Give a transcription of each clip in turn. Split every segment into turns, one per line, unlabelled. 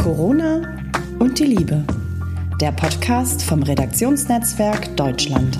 Corona und die Liebe. Der Podcast vom Redaktionsnetzwerk Deutschland.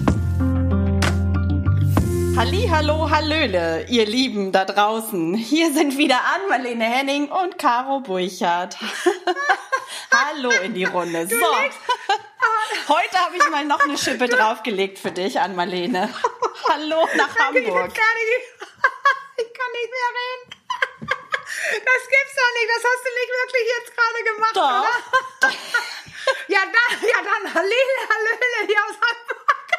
Hallihallo, hallöle, ihr Lieben da draußen. Hier sind wieder Ann-Marlene Henning und Caro Burchardt. Hallo in die Runde. So, heute habe ich mal noch eine Schippe draufgelegt für dich, Ann-Marlene. Hallo nach Hamburg.
Ich kann nicht mehr reden. Das gibt's doch nicht. Das hast du nicht wirklich jetzt gerade gemacht,
Doch.
Oder? Ja, dann Hallöle hier aus Hamburg.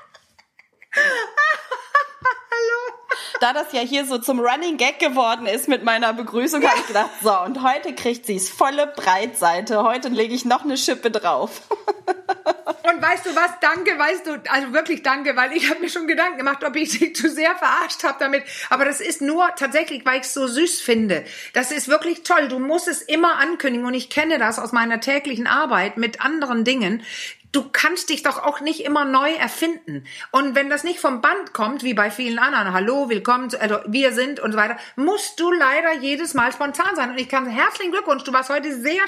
Hallo.
Da das ja hier so zum Running Gag geworden ist mit meiner Begrüßung, habe ich gedacht, so, und heute kriegt sie es volle Breitseite. Heute lege ich noch eine Schippe drauf.
Und weißt du was, danke, also wirklich danke, weil ich habe mir schon Gedanken gemacht, ob ich dich zu sehr verarscht habe damit. Aber das ist nur tatsächlich, weil ich es so süß finde. Das ist wirklich toll. Du musst es immer ankündigen und ich kenne das aus meiner täglichen Arbeit mit anderen Dingen. Du kannst dich doch auch nicht immer neu erfinden. Und wenn das nicht vom Band kommt, wie bei vielen anderen, hallo, willkommen, also wir sind und so weiter, musst du leider jedes Mal spontan sein. Und ich kann, herzlichen Glückwunsch, du warst heute sehr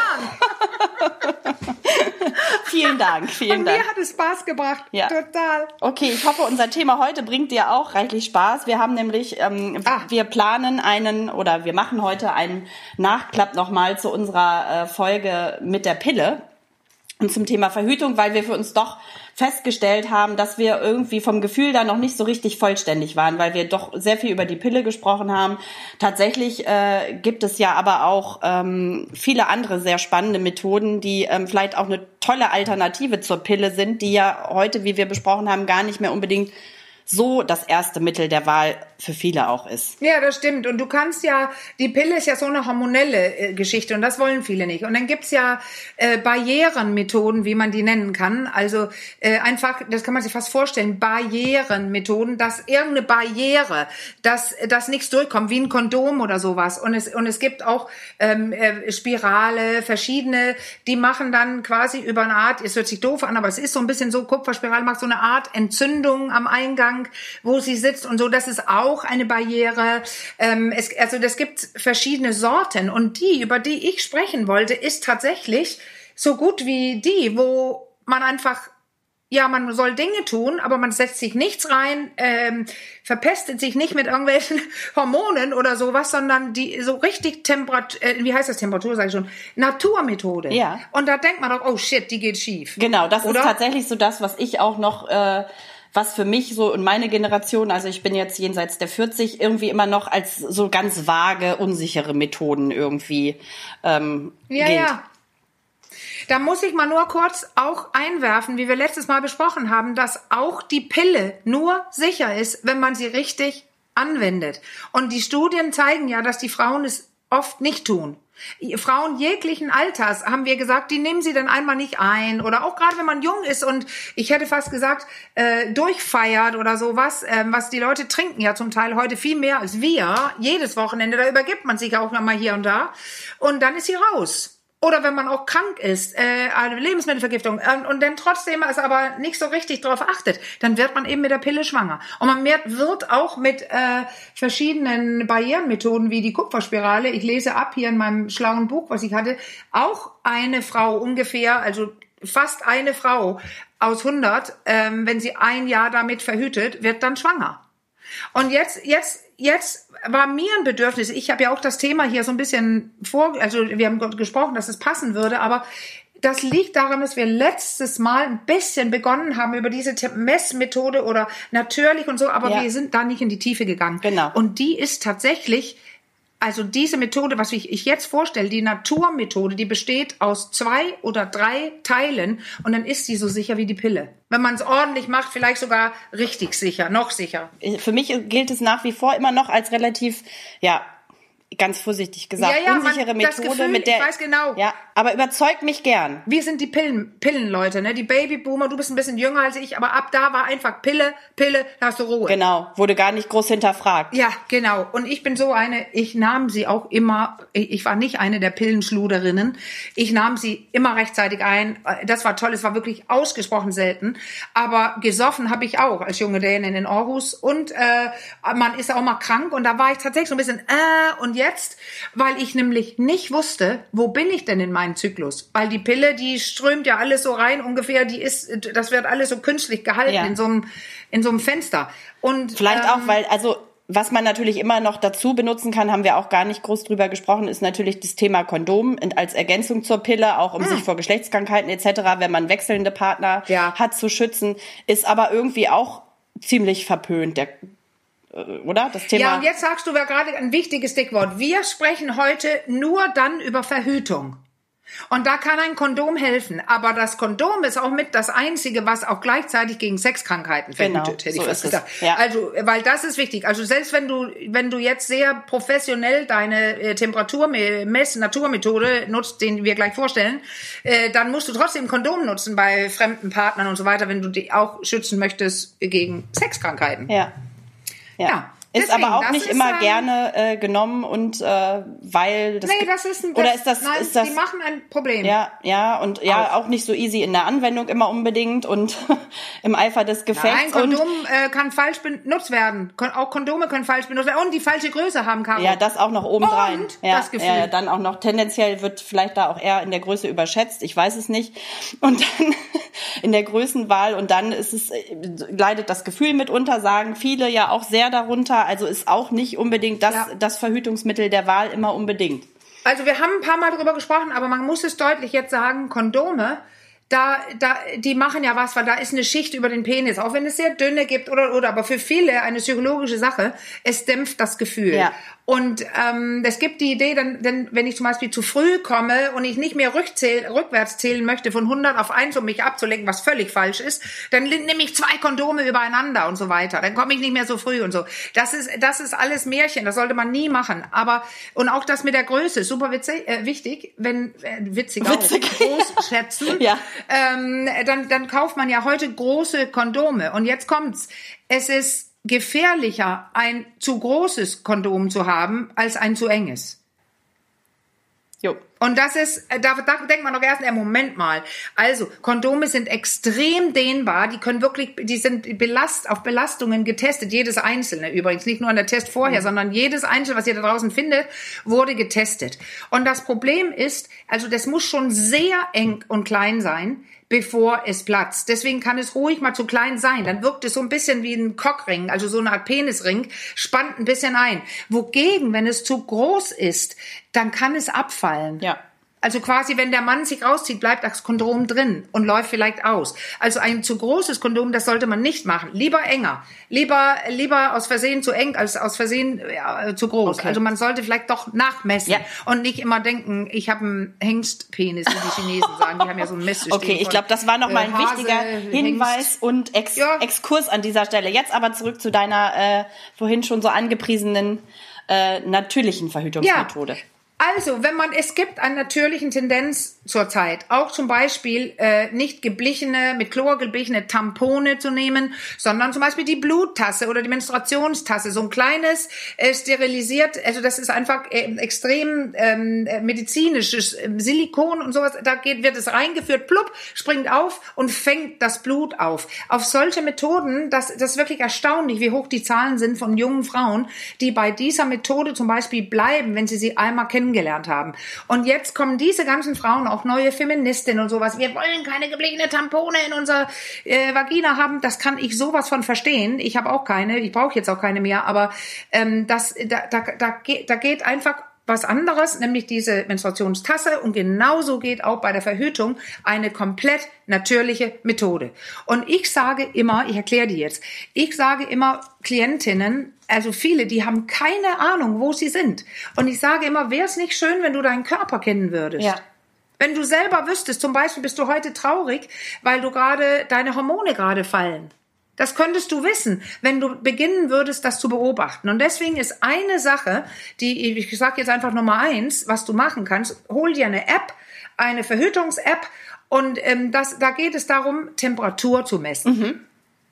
spontan.
Vielen Dank, vielen Dank.
Und mir hat es Spaß gebracht,
ja.
Total.
Okay, ich hoffe, unser Thema heute bringt dir auch reichlich Spaß. Wir haben nämlich, wir planen wir machen heute einen Nachklapp nochmal zu unserer Folge mit der Pille. Und zum Thema Verhütung, weil wir für uns doch festgestellt haben, dass wir irgendwie vom Gefühl da noch nicht so richtig vollständig waren, weil wir doch sehr viel über die Pille gesprochen haben. Tatsächlich gibt es ja aber auch viele andere sehr spannende Methoden, die vielleicht auch eine tolle Alternative zur Pille sind, die ja heute, wie wir besprochen haben, gar nicht mehr unbedingt so das erste Mittel der Wahl für viele auch ist.
Ja, das stimmt. Und du kannst ja, die Pille ist ja so eine hormonelle Geschichte und das wollen viele nicht. Und dann gibt's ja Barrierenmethoden, wie man die nennen kann. Also einfach, das kann man sich fast vorstellen, Barrierenmethoden, dass irgendeine Barriere, dass nichts durchkommt, wie ein Kondom oder sowas. Und es gibt auch Spirale, verschiedene, die machen dann quasi über eine Art, es hört sich doof an, aber es ist so ein bisschen so, Kupferspirale macht so eine Art Entzündung am Eingang, wo sie sitzt und so, das ist auch eine Barriere. Das gibt verschiedene Sorten und die, über die ich sprechen wollte, ist tatsächlich so gut wie die, wo man einfach, ja, man soll Dinge tun, aber man setzt sich nichts rein, verpestet sich nicht mit irgendwelchen Hormonen oder sowas, sondern die so richtig Temperatur, sage ich schon, Naturmethode.
Ja. Und
da denkt man doch, oh shit, die geht schief.
Genau, das
oder?
Ist tatsächlich so das, was ich auch noch was für mich so in meine Generation, also ich bin jetzt jenseits der 40, irgendwie immer noch als so ganz vage, unsichere Methoden irgendwie gilt.
Ja. Da muss ich mal nur kurz auch einwerfen, wie wir letztes Mal besprochen haben, dass auch die Pille nur sicher ist, wenn man sie richtig anwendet. Und die Studien zeigen ja, dass die Frauen es oft nicht tun. Frauen jeglichen Alters, haben wir gesagt, die nehmen sie dann einmal nicht ein oder auch gerade wenn man jung ist und ich hätte fast gesagt, durchfeiert oder sowas, was die Leute trinken ja zum Teil heute viel mehr als wir, jedes Wochenende, da übergibt man sich auch nochmal hier und da und dann ist sie raus. Oder wenn man auch krank ist, eine Lebensmittelvergiftung und dann trotzdem es aber nicht so richtig drauf achtet, dann wird man eben mit der Pille schwanger. Und man wird auch mit verschiedenen Barrierenmethoden wie die Kupferspirale, ich lese ab hier in meinem schlauen Buch, was ich hatte, auch eine Frau ungefähr, also fast eine Frau aus 100, wenn sie ein Jahr damit verhütet, wird dann schwanger. Und jetzt war mir ein Bedürfnis, ich habe ja auch das Thema hier so ein bisschen wir haben gesprochen, dass es passen würde, aber das liegt daran, dass wir letztes Mal ein bisschen begonnen haben über diese Messmethode oder natürlich und so, aber wir sind da nicht in die Tiefe gegangen.
Genau.
Und die ist tatsächlich, also diese Methode, was ich jetzt vorstelle, die Naturmethode, die besteht aus 2 oder 3 Teilen und dann ist sie so sicher wie die Pille. Wenn man es ordentlich macht, vielleicht sogar richtig sicher, noch sicher.
Für mich gilt es nach wie vor immer noch als relativ, ganz vorsichtig gesagt, unsichere Methode,
Gefühl,
mit der
ich weiß genau.
Ja, aber überzeugt mich gern.
Wir sind die Pillenleute, ne? Die Babyboomer, du bist ein bisschen jünger als ich, aber ab da war einfach Pille, da hast du Ruhe.
Genau, wurde gar nicht groß hinterfragt.
Ja, genau. Und ich bin so eine, ich nahm sie auch immer, ich war nicht eine der Pillenschluderinnen, ich nahm sie immer rechtzeitig ein. Das war toll, es war wirklich ausgesprochen selten. Aber gesoffen habe ich auch als junge Dänin in Aarhus und man ist auch mal krank und da war ich tatsächlich so ein bisschen und jetzt, weil ich nämlich nicht wusste, wo bin ich denn in meinem Zyklus? Weil die Pille, die strömt ja alles so rein ungefähr, das wird alles so künstlich gehalten in so einem Fenster. Und
vielleicht auch, weil, also was man natürlich immer noch dazu benutzen kann, haben wir auch gar nicht groß drüber gesprochen, ist natürlich das Thema Kondom als Ergänzung zur Pille, auch um sich vor Geschlechtskrankheiten etc., wenn man wechselnde Partner hat, zu schützen, ist aber irgendwie auch ziemlich verpönt, oder? Das Thema.
Ja, und jetzt sagst du ja gerade ein wichtiges Stichwort. Wir sprechen heute nur dann über Verhütung. Und da kann ein Kondom helfen. Aber das Kondom ist auch mit das Einzige, was auch gleichzeitig gegen Sexkrankheiten verhütet, hätte ich fast gesagt. Ja. Also, weil das ist wichtig. Also selbst wenn du jetzt sehr professionell deine Naturmethode nutzt, den wir gleich vorstellen, dann musst du trotzdem Kondom nutzen bei fremden Partnern und so weiter, wenn du die auch schützen möchtest gegen Sexkrankheiten.
Ja. Ist deswegen, aber auch nicht immer gerne genommen und weil das.
Nee, das ist ein.
Oder ist das?
Die machen ein Problem.
Ja, und auch nicht so easy in der Anwendung immer unbedingt und im Eifer des Gefechts.
Nein, Kondom kann falsch benutzt werden. Auch Kondome können falsch benutzt werden und die falsche Größe haben, Caro.
Ja, das auch noch obendrein.
Und das Gefühl.
Ja, dann auch noch tendenziell wird vielleicht da auch eher in der Größe überschätzt. Ich weiß es nicht. Und dann in der Größenwahl und dann leidet das Gefühl mitunter, sagen viele ja auch sehr darunter. Also ist auch nicht unbedingt das Verhütungsmittel der Wahl immer unbedingt.
Also wir haben ein paar Mal drüber gesprochen, aber man muss es deutlich jetzt sagen, Kondome, die machen ja was, weil da ist eine Schicht über den Penis, auch wenn es sehr dünne gibt oder, aber für viele eine psychologische Sache, es dämpft das Gefühl. Ja. Und es gibt die Idee, denn wenn ich zum Beispiel zu früh komme und ich nicht mehr rückwärts zählen möchte von 100 auf 1, um mich abzulenken, was völlig falsch ist, dann nehme ich 2 Kondome übereinander und so weiter. Dann komme ich nicht mehr so früh und so. Das ist alles Märchen, das sollte man nie machen. Und auch das mit der Größe, super wichtig, witzig. Groß schätzen. Ja. Dann kauft man ja heute große Kondome. Und jetzt kommt's. Es ist gefährlicher, ein zu großes Kondom zu haben, als ein zu enges. Jo. Und das ist, da denkt man doch erst, Moment mal. Also, Kondome sind extrem dehnbar, die sind auf Belastungen getestet, jedes einzelne übrigens, nicht nur an der Test vorher, sondern jedes einzelne, was ihr da draußen findet, wurde getestet. Und das Problem ist, also das muss schon sehr eng und klein sein, bevor es platzt. Deswegen kann es ruhig mal zu klein sein. Dann wirkt es so ein bisschen wie ein Cockring, also so eine Art Penisring, spannt ein bisschen ein. Wogegen, wenn es zu groß ist, dann kann es abfallen. Ja. Also quasi, wenn der Mann sich rauszieht, bleibt das Kondom drin und läuft vielleicht aus. Also ein zu großes Kondom, das sollte man nicht machen. Lieber enger. Lieber aus Versehen zu eng, als aus Versehen zu groß. Okay. Also man sollte vielleicht doch nachmessen und nicht immer denken, ich habe einen Hengstpenis, wie die Chinesen sagen. Die haben ja so ein Messsystem.
Okay, ich glaube, das war nochmal ein wichtiger Hinweis und Exkurs an dieser Stelle. Jetzt aber zurück zu deiner vorhin schon so angepriesenen natürlichen Verhütungsmethode. Ja.
Also, es gibt eine natürliche Tendenz zurzeit, auch zum Beispiel nicht mit Chlor geblichene Tampone zu nehmen, sondern zum Beispiel die Bluttasse oder die Menstruationstasse, so ein kleines sterilisiert, also das ist einfach extrem medizinisches Silikon und sowas, wird es reingeführt, plupp, springt auf und fängt das Blut auf. Auf solche Methoden, das ist wirklich erstaunlich, wie hoch die Zahlen sind von jungen Frauen, die bei dieser Methode zum Beispiel bleiben, wenn sie einmal kennengelernt haben. Und jetzt kommen diese ganzen Frauen, auch neue Feministinnen und sowas, wir wollen keine geblichene Tampone in unserer Vagina haben, das kann ich sowas von verstehen. Ich habe auch keine, ich brauche jetzt auch keine mehr, aber da geht einfach was anderes, nämlich diese Menstruationstasse, und genauso geht auch bei der Verhütung eine komplett natürliche Methode. Und ich sage immer, ich erkläre die jetzt, Klientinnen, also viele, die haben keine Ahnung, wo sie sind. Und ich sage immer, wäre es nicht schön, wenn du deinen Körper kennen würdest? Ja. Wenn du selber wüsstest, zum Beispiel bist du heute traurig, weil deine Hormone gerade fallen. Das könntest du wissen, wenn du beginnen würdest, das zu beobachten. Und deswegen ist eine Sache, ich sage jetzt einfach Nummer 1, was du machen kannst, hol dir eine App, eine Verhütungs-App, und da geht es darum, Temperatur zu messen. Mhm.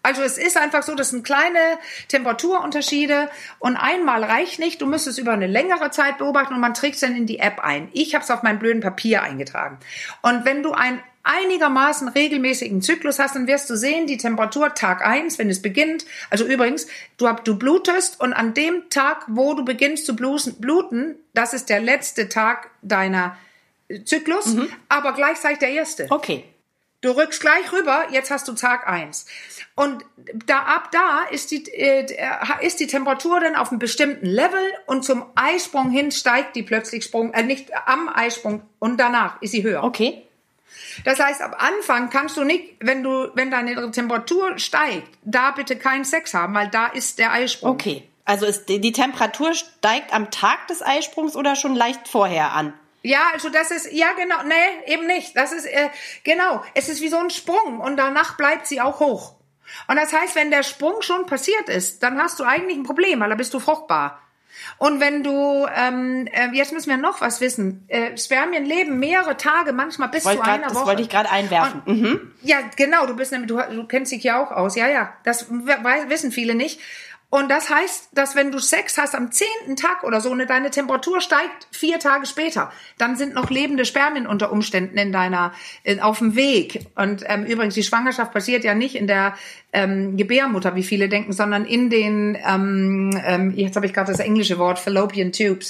Also es ist einfach so, das sind kleine Temperaturunterschiede und einmal reicht nicht. Du müsstest über eine längere Zeit beobachten und man trägt es dann in die App ein. Ich habe es auf meinem blöden Papier eingetragen. Und wenn du einen einigermaßen regelmäßigen Zyklus hast, dann wirst du sehen, die Temperatur Tag 1, wenn es beginnt. Also übrigens, du blutest und an dem Tag, wo du beginnst zu bluten, das ist der letzte Tag deiner Zyklus, aber gleichzeitig der erste.
Okay.
Du rückst gleich rüber, jetzt hast du Tag 1. Und ab da ist die Temperatur dann auf einem bestimmten Level und zum Eisprung hin steigt die plötzlich nicht am Eisprung und danach ist sie höher.
Okay.
Das heißt, am Anfang kannst du nicht, wenn deine Temperatur steigt, da bitte keinen Sex haben, weil da ist der Eisprung.
Okay. Also die Temperatur steigt am Tag des Eisprungs oder schon leicht vorher an?
Ja, also das ist, ja genau, nee, eben nicht. Das ist, genau, es ist wie so ein Sprung und danach bleibt sie auch hoch. Und das heißt, wenn der Sprung schon passiert ist, dann hast du eigentlich ein Problem, weil da bist du fruchtbar. Und wenn du, jetzt müssen wir noch was wissen, Spermien leben mehrere Tage, manchmal bis zu einer Woche.
Das wollte ich gerade einwerfen.
Und, ja, genau, du kennst dich ja auch aus, ja, das wissen viele nicht. Und das heißt, dass wenn du Sex hast am 10. Tag oder so, deine Temperatur steigt 4 Tage später, dann sind noch lebende Spermien unter Umständen auf dem Weg. Und übrigens, die Schwangerschaft passiert ja nicht in der Gebärmutter, wie viele denken, sondern in den, jetzt habe ich gerade das englische Wort, Fallopian Tubes,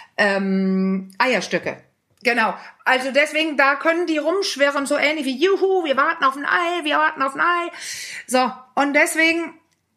Eierstöcke. Genau. Also deswegen, da können die rumschwirren, so ähnlich wie, juhu, wir warten auf ein Ei. So, und deswegen,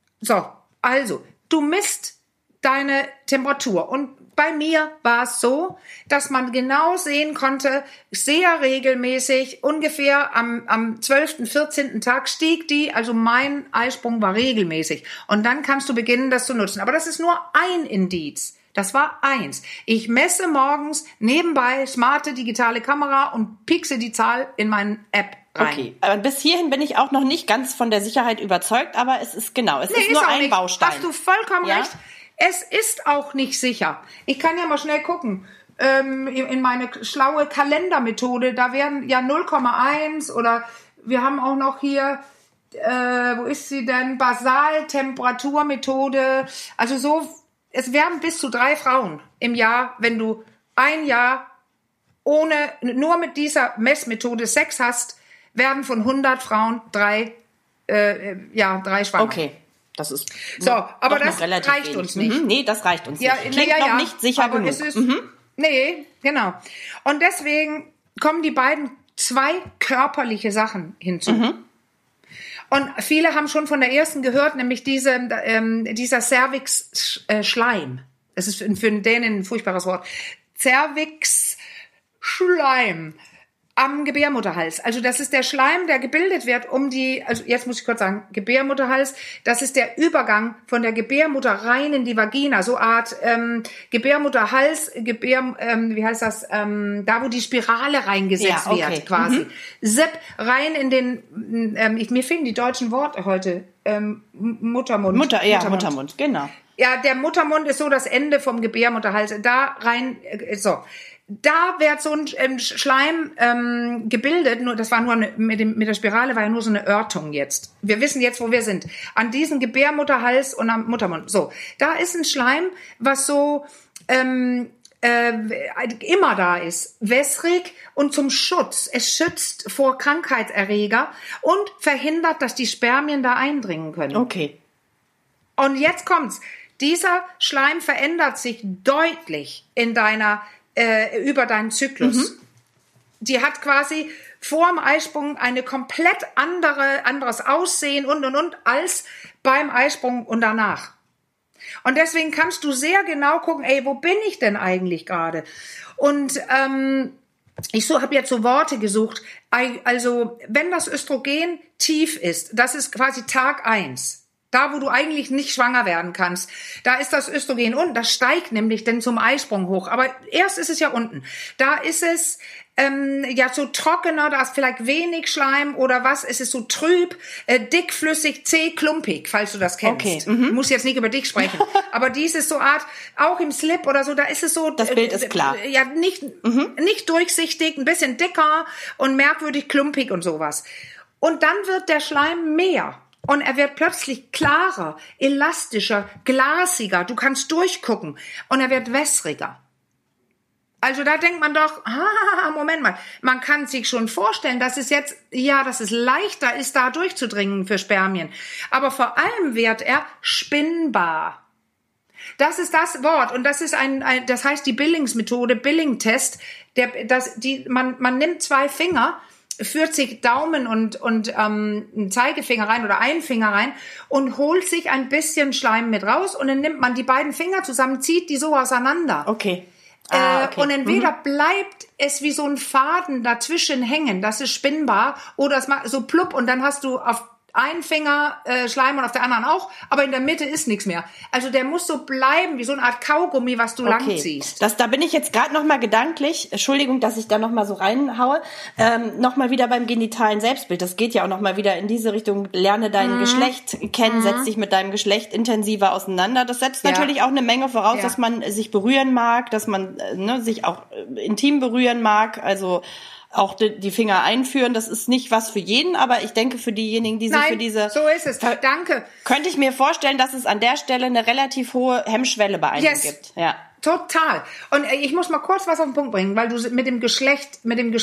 also, du misst deine Temperatur. Und bei mir war es so, dass man genau sehen konnte, sehr regelmäßig, ungefähr am 12., 14. Tag stieg die, also mein Eisprung war regelmäßig. Und dann kannst du beginnen, das zu nutzen. Aber das ist nur ein Indiz. Das war 1. Ich messe morgens nebenbei smarte digitale Kamera und piekse die Zahl in meine App rein.
Okay, aber bis hierhin bin ich auch noch nicht ganz von der Sicherheit überzeugt, aber es ist nur ein Baustein.
Hast du vollkommen recht. Es ist auch nicht sicher. Ich kann ja mal schnell gucken. In meine schlaue Kalendermethode, da werden ja 0,1 oder wir haben auch noch hier, wo ist sie denn? Basaltemperaturmethode. Also so, es werden bis zu 3 Frauen im Jahr, wenn du ein Jahr nur mit dieser Messmethode Sex hast, werden von 100 Frauen 3 schwanger.
Okay, das ist
aber das reicht
wenig.
Uns nicht.
Nee, das reicht uns nicht. Klingt noch nicht sicher
aber
genug.
Es ist, nee, genau. Und deswegen kommen die beiden 2 körperliche Sachen hinzu. Und viele haben schon von der ersten gehört, nämlich dieser Cervix-Schleim. Das ist für den ein furchtbares Wort. Cervix-Schleim am Gebärmutterhals. Also das ist der Schleim, der gebildet wird also jetzt muss ich kurz sagen, Gebärmutterhals, das ist der Übergang von der Gebärmutter rein in die Vagina, so Art Gebärmutterhals, wie heißt das, da wo die Spirale reingesetzt wird quasi. Zip, rein in den, mir fehlen die deutschen Worte heute, Muttermund.
Muttermund, genau.
Ja, der Muttermund ist so das Ende vom Gebärmutterhals, da rein, so. Da wird so ein Schleim gebildet, das war nur mit der Spirale war ja nur so eine Örtung jetzt. Wir wissen jetzt, wo wir sind. An diesem Gebärmutterhals und am Muttermund. So, da ist ein Schleim, was so immer da ist, wässrig und zum Schutz. Es schützt vor Krankheitserreger und verhindert, dass die Spermien da eindringen können.
Okay.
Und jetzt kommt's. Dieser Schleim verändert sich deutlich über deinen Zyklus. Die hat quasi vor dem Eisprung eine komplett anderes Aussehen und als beim Eisprung und danach. Und deswegen kannst du sehr genau gucken, wo bin ich denn eigentlich gerade? Und ich habe jetzt so Worte gesucht. Also wenn das Östrogen tief ist, das ist quasi Tag 1. Da, wo du eigentlich nicht schwanger werden kannst, da ist das Östrogen unten. Das steigt nämlich dann zum Eisprung hoch. Aber erst ist es ja unten. Da ist es so trockener, da ist vielleicht wenig Schleim oder was. Es ist so trüb, dickflüssig, zäh, klumpig, falls du das kennst.
Okay.
Ich muss jetzt nicht über dich sprechen. Aber dieses so Art, auch im Slip oder so, da ist es so.
Das Bild ist klar.
Ja, nicht durchsichtig, ein bisschen dicker und merkwürdig klumpig und sowas. Und dann wird der Schleim mehr. Und er wird plötzlich klarer, elastischer, glasiger. Du kannst durchgucken. Und er wird wässriger. Also da denkt man doch, Moment mal, man kann sich schon vorstellen, dass es jetzt, dass es leichter ist, da durchzudringen für Spermien. Aber vor allem wird er spinnbar. Das ist das Wort und das ist das heißt die Billings-Methode, Billing-Test. Man nimmt 2 Finger, führt sich Daumen und einen Zeigefinger rein oder einen Finger rein und holt sich ein bisschen Schleim mit raus und dann nimmt man die beiden Finger zusammen, zieht die so auseinander.
Okay.
Und entweder bleibt es wie so ein Faden dazwischen hängen, das ist spinnbar, oder es macht so plupp und dann hast du auf einen Finger Schleim und auf der anderen auch, aber in der Mitte ist nichts mehr. Also der muss so bleiben, wie so eine Art Kaugummi, was du lang ziehst.
Da bin ich jetzt gerade nochmal gedanklich, Entschuldigung, dass ich da nochmal so reinhaue, nochmal wieder beim genitalen Selbstbild. Das geht ja auch nochmal wieder in diese Richtung, lerne dein Geschlecht kennen, setz dich mit deinem Geschlecht intensiver auseinander. Das setzt natürlich auch eine Menge voraus, dass man sich berühren mag, dass man sich auch intim berühren mag, also auch die Finger einführen, das ist nicht was für jeden, aber ich denke für diejenigen, die sich für diese...
so ist es. Danke.
Könnte ich mir vorstellen, dass es an der Stelle eine relativ hohe Hemmschwelle bei einigen gibt. Ja.
Total. Und ich muss mal kurz was auf den Punkt bringen, weil du mit dem Geschlecht,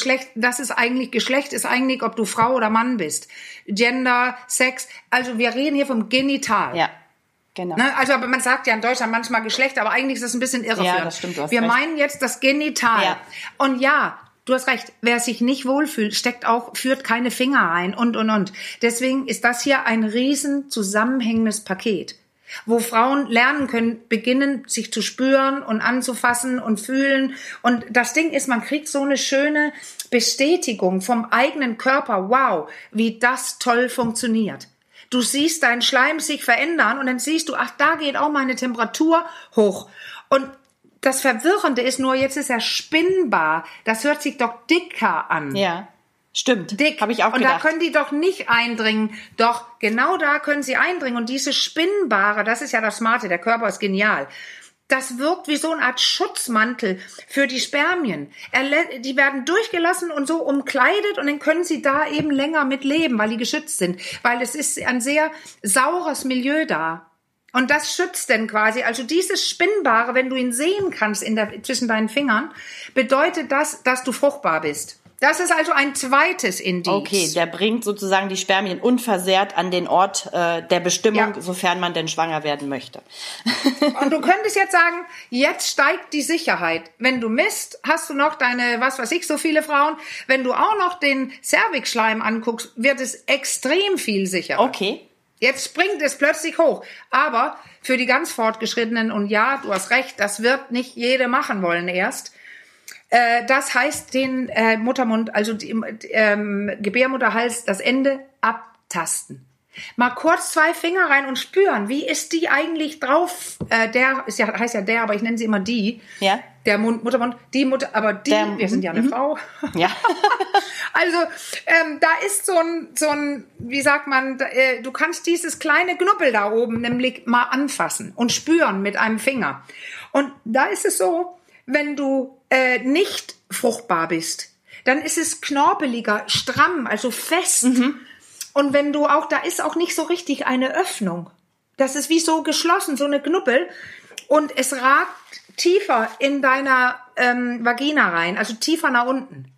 Geschlecht ist eigentlich, ob du Frau oder Mann bist. Gender, Sex, also wir reden hier vom Genital.
Ja. Genau.
Also aber man sagt ja in Deutschland manchmal Geschlecht, aber eigentlich ist das ein bisschen irreführend.
Ja, das stimmt, du hast
wir
recht.
meinen jetzt das Genital.
Ja.
Und du hast recht, wer sich nicht wohlfühlt, führt keine Finger ein und. Deswegen ist das hier ein riesen zusammenhängendes Paket, wo Frauen lernen können, beginnen, sich zu spüren und anzufassen und fühlen. Und das Ding ist, man kriegt so eine schöne Bestätigung vom eigenen Körper. Wow, wie das toll funktioniert. Du siehst deinen Schleim sich verändern und dann siehst du, ach, da geht auch meine Temperatur hoch. Und das Verwirrende ist nur, jetzt ist er spinnbar. Das hört sich doch dicker an.
Ja, stimmt.
Dick.
Habe ich auch gedacht.
Und da können die doch nicht eindringen. Doch, genau da können sie eindringen. Und dieses Spinnbare, das ist ja das Smarte, der Körper ist genial. Das wirkt wie so eine Art Schutzmantel für die Spermien. Die werden durchgelassen und so umkleidet und dann können sie da eben länger mit leben, weil die geschützt sind. Weil es ist ein sehr saures Milieu da. Und das schützt denn quasi, also dieses Spinnbare, wenn du ihn sehen kannst zwischen deinen Fingern, bedeutet das, dass du fruchtbar bist. Das ist also ein zweites Indiz.
Okay, der bringt sozusagen die Spermien unversehrt an den Ort der Bestimmung, sofern man denn schwanger werden möchte.
Und du könntest jetzt sagen, jetzt steigt die Sicherheit. Wenn du misst, hast du noch deine, was weiß ich, so viele Frauen. Wenn du auch noch den Cervixschleim anguckst, wird es extrem viel sicherer.
Okay.
Jetzt springt es plötzlich hoch. Aber für die ganz Fortgeschrittenen, und ja, du hast recht, das wird nicht jede machen wollen erst. Das heißt, den Muttermund, also die Gebärmutterhals, das Ende abtasten. Mal kurz 2 Finger rein und spüren, wie ist die eigentlich drauf? Heißt ja der, aber ich nenne sie immer die.
Ja.
Der Muttermund, die Mutter, aber die, wir sind ja eine Frau.
Ja.
Also, da ist so ein, wie sagt man, du kannst dieses kleine Knubbel da oben nämlich mal anfassen und spüren mit einem Finger. Und da ist es so, wenn du nicht fruchtbar bist, dann ist es knorpeliger, stramm, also fest. Und wenn du da ist auch nicht so richtig eine Öffnung. Das ist wie so geschlossen, so eine Knubbel. Und es ragt tiefer in deiner Vagina rein, also tiefer nach unten.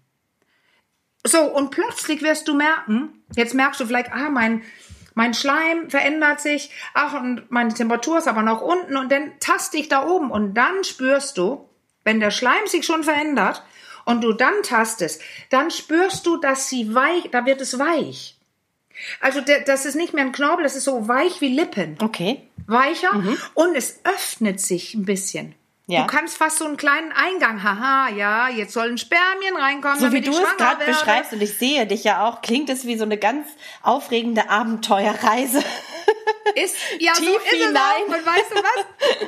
So, und plötzlich wirst du merken, jetzt merkst du vielleicht, mein Schleim verändert sich, und meine Temperatur ist aber noch unten und dann taste ich da oben und dann spürst du, wenn der Schleim sich schon verändert und du dann tastest, dann spürst du, dass da wird es weich. Also das ist nicht mehr ein Knorpel, das ist so weich wie Lippen.
Okay.
Weicher und es öffnet sich ein bisschen.
Ja.
Du kannst fast so einen kleinen Eingang, jetzt sollen Spermien reinkommen,
so wie
damit
du
ich
es
schwanger
gerade
werde.
beschreibst und ich sehe dich ja auch, klingt es wie so eine ganz aufregende Abenteuerreise.
Ist, ja,
Tief
so ist
hinein.
es auch. Und weißt du was?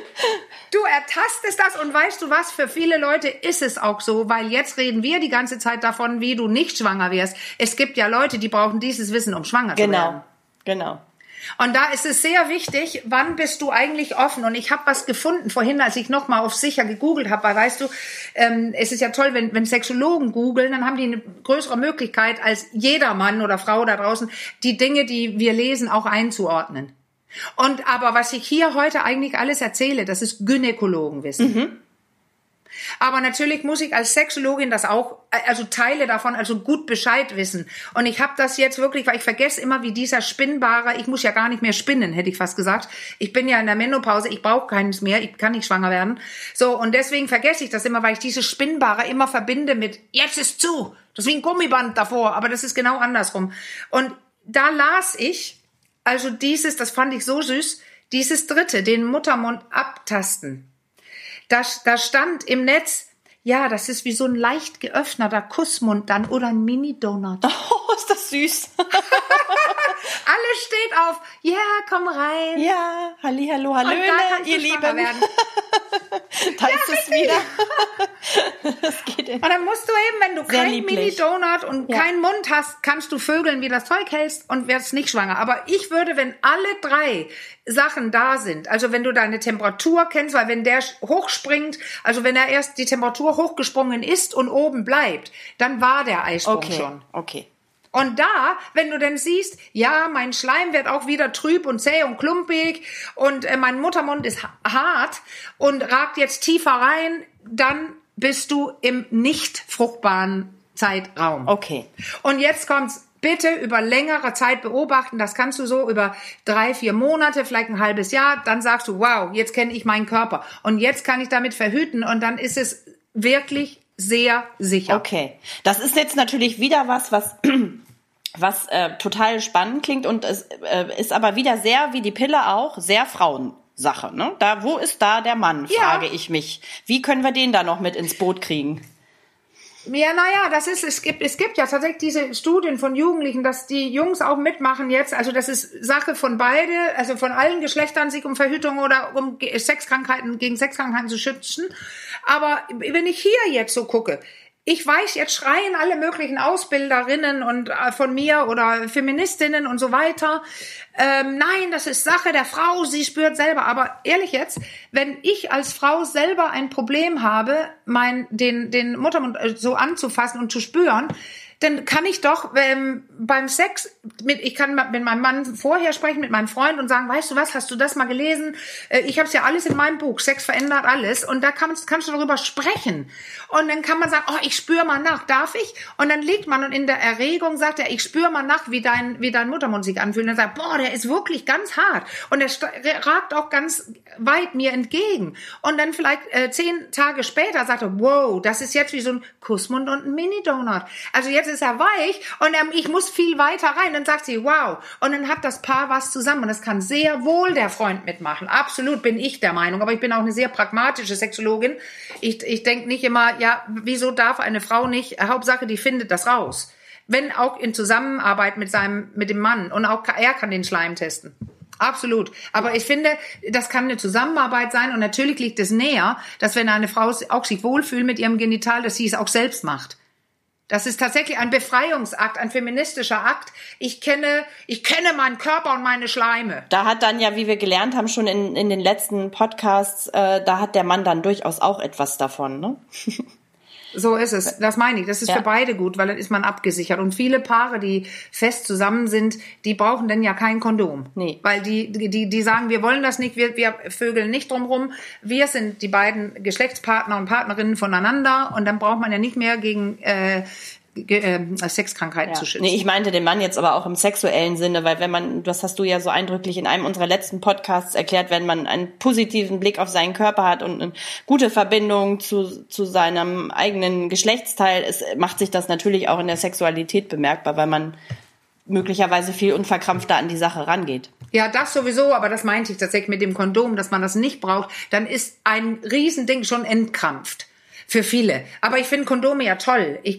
Du ertastest das und weißt du was? Für viele Leute ist es auch so, weil jetzt reden wir die ganze Zeit davon, wie du nicht schwanger wirst. Es gibt ja Leute, die brauchen dieses Wissen, um schwanger zu werden.
Genau.
Und da ist es sehr wichtig, wann bist du eigentlich offen? Und ich habe was gefunden vorhin, als ich nochmal auf sicher gegoogelt habe, weil weißt du, es ist ja toll, wenn Sexologen googeln, dann haben die eine größere Möglichkeit als jeder Mann oder Frau da draußen, die Dinge, die wir lesen, auch einzuordnen. Und aber was ich hier heute eigentlich alles erzähle, das ist Gynäkologenwissen. Mhm. Aber natürlich muss ich als Sexologin das auch, also Teile davon, also gut Bescheid wissen. Und ich habe das jetzt wirklich, weil ich vergesse immer, wie dieser spinnbare, ich muss ja gar nicht mehr spinnen, hätte ich fast gesagt. Ich bin ja in der Menopause, ich brauche keines mehr, ich kann nicht schwanger werden. So, und deswegen vergesse ich das immer, weil ich dieses Spinnbare immer verbinde mit, jetzt ist zu, das ist wie ein Gummiband davor, aber das ist genau andersrum. Und da las ich, also das fand ich so süß, dieses dritte, den Muttermund abtasten. Da stand im Netz, ja, das ist wie so ein leicht geöffneter Kussmund dann oder ein Mini-Donut.
Oh, ist das süß.
Alles steht auf, ja, komm rein.
Ja, hallihallo, hallöle, ihr Lieben. Da ist es wieder. Das geht
und dann musst du eben, wenn du kein Mini-Donut und keinen Mund hast, kannst du vögeln, wie das Zeug hältst und wirst nicht schwanger. Aber ich würde, wenn alle 3 Sachen da sind, also wenn du deine Temperatur kennst, weil wenn der hochspringt, also wenn er erst die Temperatur hochgesprungen ist und oben bleibt, dann war der Eisprung schon.
Okay.
Und da, wenn du dann siehst, ja, mein Schleim wird auch wieder trüb und zäh und klumpig und mein Muttermund ist hart und ragt jetzt tiefer rein, dann bist du im nicht fruchtbaren Zeitraum.
Okay.
Und jetzt kommt's. Bitte über längere Zeit beobachten. Das kannst du so über 3-4 Monate, vielleicht ein halbes Jahr. Dann sagst du, wow, jetzt kenne ich meinen Körper. Und jetzt kann ich damit verhüten. Und dann ist es wirklich sehr sicher.
Okay. Das ist jetzt natürlich wieder was total spannend klingt. Und es ist aber wieder sehr, wie die Pille auch, sehr Frauensache. Ne? Wo ist da der Mann, frage ich mich. Wie können wir den da noch mit ins Boot kriegen?
Ja, es gibt ja tatsächlich diese Studien von Jugendlichen, dass die Jungs auch mitmachen jetzt. Also das ist Sache von beide, also von allen Geschlechtern, sich um Verhütung oder um gegen Sexkrankheiten zu schützen. Aber wenn ich hier jetzt so gucke, ich weiß, jetzt schreien alle möglichen Ausbilderinnen und von mir oder Feministinnen und so weiter. Nein, das ist Sache der Frau, sie spürt selber. Aber ehrlich jetzt, wenn ich als Frau selber ein Problem habe, den Muttermund so anzufassen und zu spüren, dann kann ich doch beim Sex, ich kann mit meinem Mann vorher sprechen, mit meinem Freund und sagen, weißt du was, hast du das mal gelesen? Ich habe es ja alles in meinem Buch, Sex verändert alles. Und da kannst du darüber sprechen. Und dann kann man sagen, oh, ich spüre mal nach, darf ich? Und dann liegt man und in der Erregung sagt er, ich spüre mal nach, wie dein Muttermund sich anfühlt. Und dann sagt, boah, der ist wirklich ganz hart. Und der ragt auch ganz weit mir entgegen. Und dann vielleicht 10 Tage später sagt er, wow, das ist jetzt wie so ein Kussmund und ein Mini-Donut. Also jetzt ist er weich und ich muss viel weiter rein. Dann sagt sie, wow. Und dann hat das Paar was zusammen. Und das kann sehr wohl der Freund mitmachen. Absolut bin ich der Meinung. Aber ich bin auch eine sehr pragmatische Sexologin. Ich denke nicht immer, ja, wieso darf eine Frau nicht? Hauptsache, die findet das raus. Wenn auch in Zusammenarbeit mit dem Mann. Und auch er kann den Schleim testen. Absolut. Aber ich finde, das kann eine Zusammenarbeit sein. Und natürlich liegt es näher, dass wenn eine Frau auch sich wohlfühlt mit ihrem Genital, dass sie es auch selbst macht. Das ist tatsächlich ein Befreiungsakt, ein feministischer Akt. Ich kenne meinen Körper und meine Schleime.
Da hat dann ja, wie wir gelernt haben, schon in den letzten Podcasts, da hat der Mann dann durchaus auch etwas davon, ne?
So ist es. Das meine ich. Das ist für beide gut, weil dann ist man abgesichert. Und viele Paare, die fest zusammen sind, die brauchen dann ja kein Kondom. Nee. Weil die sagen, wir wollen das nicht, wir vögeln nicht drumrum. Wir sind die beiden Geschlechtspartner und Partnerinnen voneinander. Und dann braucht man ja nicht mehr gegen Sexkrankheiten zu schützen.
Nee, ich meinte den Mann jetzt aber auch im sexuellen Sinne, weil das hast du ja so eindrücklich in einem unserer letzten Podcasts erklärt, wenn man einen positiven Blick auf seinen Körper hat und eine gute Verbindung zu seinem eigenen Geschlechtsteil, macht sich das natürlich auch in der Sexualität bemerkbar, weil man möglicherweise viel unverkrampfter an die Sache rangeht.
Ja, das sowieso, aber das meinte ich tatsächlich mit dem Kondom, dass man das nicht braucht, dann ist ein Riesending schon entkrampft. Für viele. Aber ich finde Kondome ja toll. Ich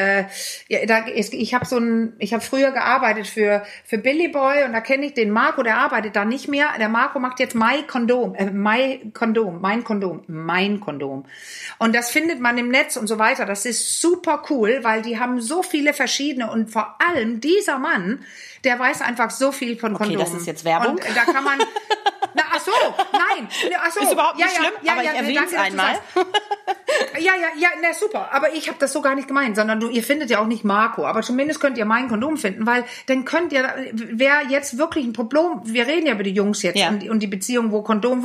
habe früher gearbeitet für Billy Boy und da kenne ich den Marco, der arbeitet da nicht mehr. Der Marco macht jetzt mein Kondom. Und das findet man im Netz und so weiter. Das ist super cool, weil die haben so viele verschiedene und vor allem dieser Mann, der weiß einfach so viel von Kondomen.
Okay, das ist jetzt Werbung.
Und da kann man,
Ist überhaupt nicht schlimm, aber ich erwähne es einmal.
Super. Aber ich habe das so gar nicht gemeint, sondern ihr findet ja auch nicht Marco. Aber zumindest könnt ihr mein Kondom finden, weil dann könnt ihr, wer jetzt wirklich ein Problem, wir reden ja über die Jungs jetzt und die Beziehung, wo Kondom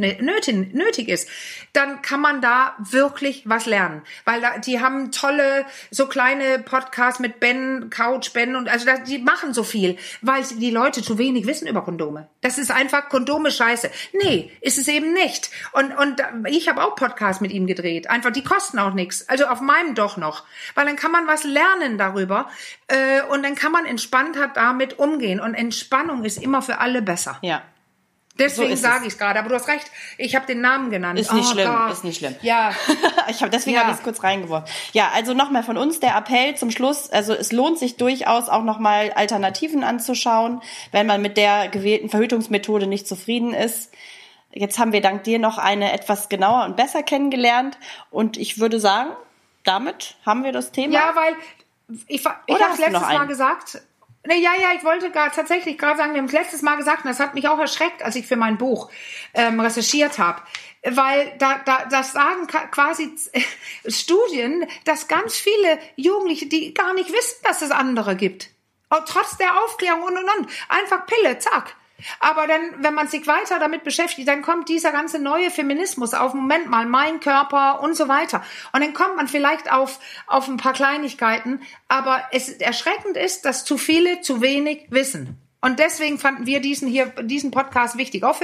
nötig ist, dann kann man da wirklich was lernen. Weil die haben tolle, so kleine Podcasts mit Ben, Couch Ben und also die machen so viel, weil die Leute zu wenig wissen über Kondome. Das ist einfach Kondome scheiße. Nee, ist es eben nicht. Und ich habe auch Podcasts mit ihm gedreht. Einfach, die kosten auch nichts. Also auf meinem doch noch. Weil dann kann man was lernen darüber und dann kann man entspannter damit umgehen. Und Entspannung ist immer für alle besser.
Ja.
Deswegen sage ich es gerade. Aber du hast recht, ich habe den Namen genannt.
Ist nicht schlimm.
Ja.
Deswegen habe ich es kurz reingeworfen. Ja, also nochmal von uns der Appell zum Schluss. Also es lohnt sich durchaus auch nochmal Alternativen anzuschauen, wenn man mit der gewählten Verhütungsmethode nicht zufrieden ist. Jetzt haben wir dank dir noch eine etwas genauer und besser kennengelernt. Und ich würde sagen, damit haben wir das Thema.
Ja, weil ich habe es letztes Mal gesagt. Ich wollte tatsächlich gerade sagen, wir haben es letztes Mal gesagt, und das hat mich auch erschreckt, als ich für mein Buch recherchiert habe. Weil das sagen quasi Studien, dass ganz viele Jugendliche, die gar nicht wissen, dass es andere gibt. Und trotz der Aufklärung und. Einfach Pille, zack. Aber dann, wenn man sich weiter damit beschäftigt, dann kommt dieser ganze neue Feminismus auf, Moment mal, mein Körper und so weiter. Und dann kommt man vielleicht auf ein paar Kleinigkeiten, aber erschreckend ist, dass zu viele zu wenig wissen. Und deswegen fanden wir diesen Podcast wichtig. Auch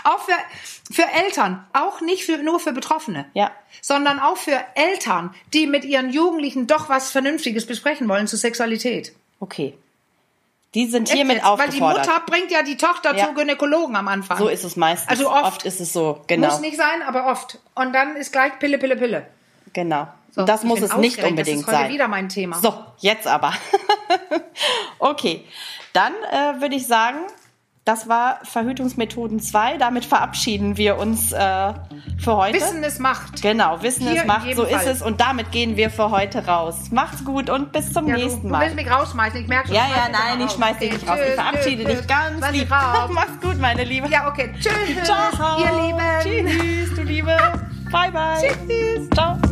für Eltern, auch nicht nur für Betroffene, sondern auch für Eltern, die mit ihren Jugendlichen doch was Vernünftiges besprechen wollen zur Sexualität.
Okay. Die sind hiermit aufgefordert.
Weil die Mutter bringt ja die Tochter zu Gynäkologen am Anfang.
So ist es meistens.
Also oft
ist es so, genau.
Muss nicht sein, aber oft. Und dann ist gleich Pille, Pille, Pille.
Genau. So, das muss es nicht unbedingt sein.
Das ist heute wieder mein Thema.
So, jetzt aber. Okay, dann würde ich sagen, das war Verhütungsmethoden 2. Damit verabschieden wir uns für heute.
Wissen ist Macht.
Genau, Wissen ist Macht, so ist es. Und damit gehen wir für heute raus. Macht's gut und bis zum nächsten Mal.
Du willst mich rausschmeißen, ich merke schon.
Nein, ich schmeiß dich nicht raus. Ich verabschiede dich ganz lieb. Mach's gut, meine Liebe.
Ja, okay. Tschüss.
Ciao.
Ihr Lieben.
Tschüss, du Liebe. Bye, bye.
Tschüss.
Ciao.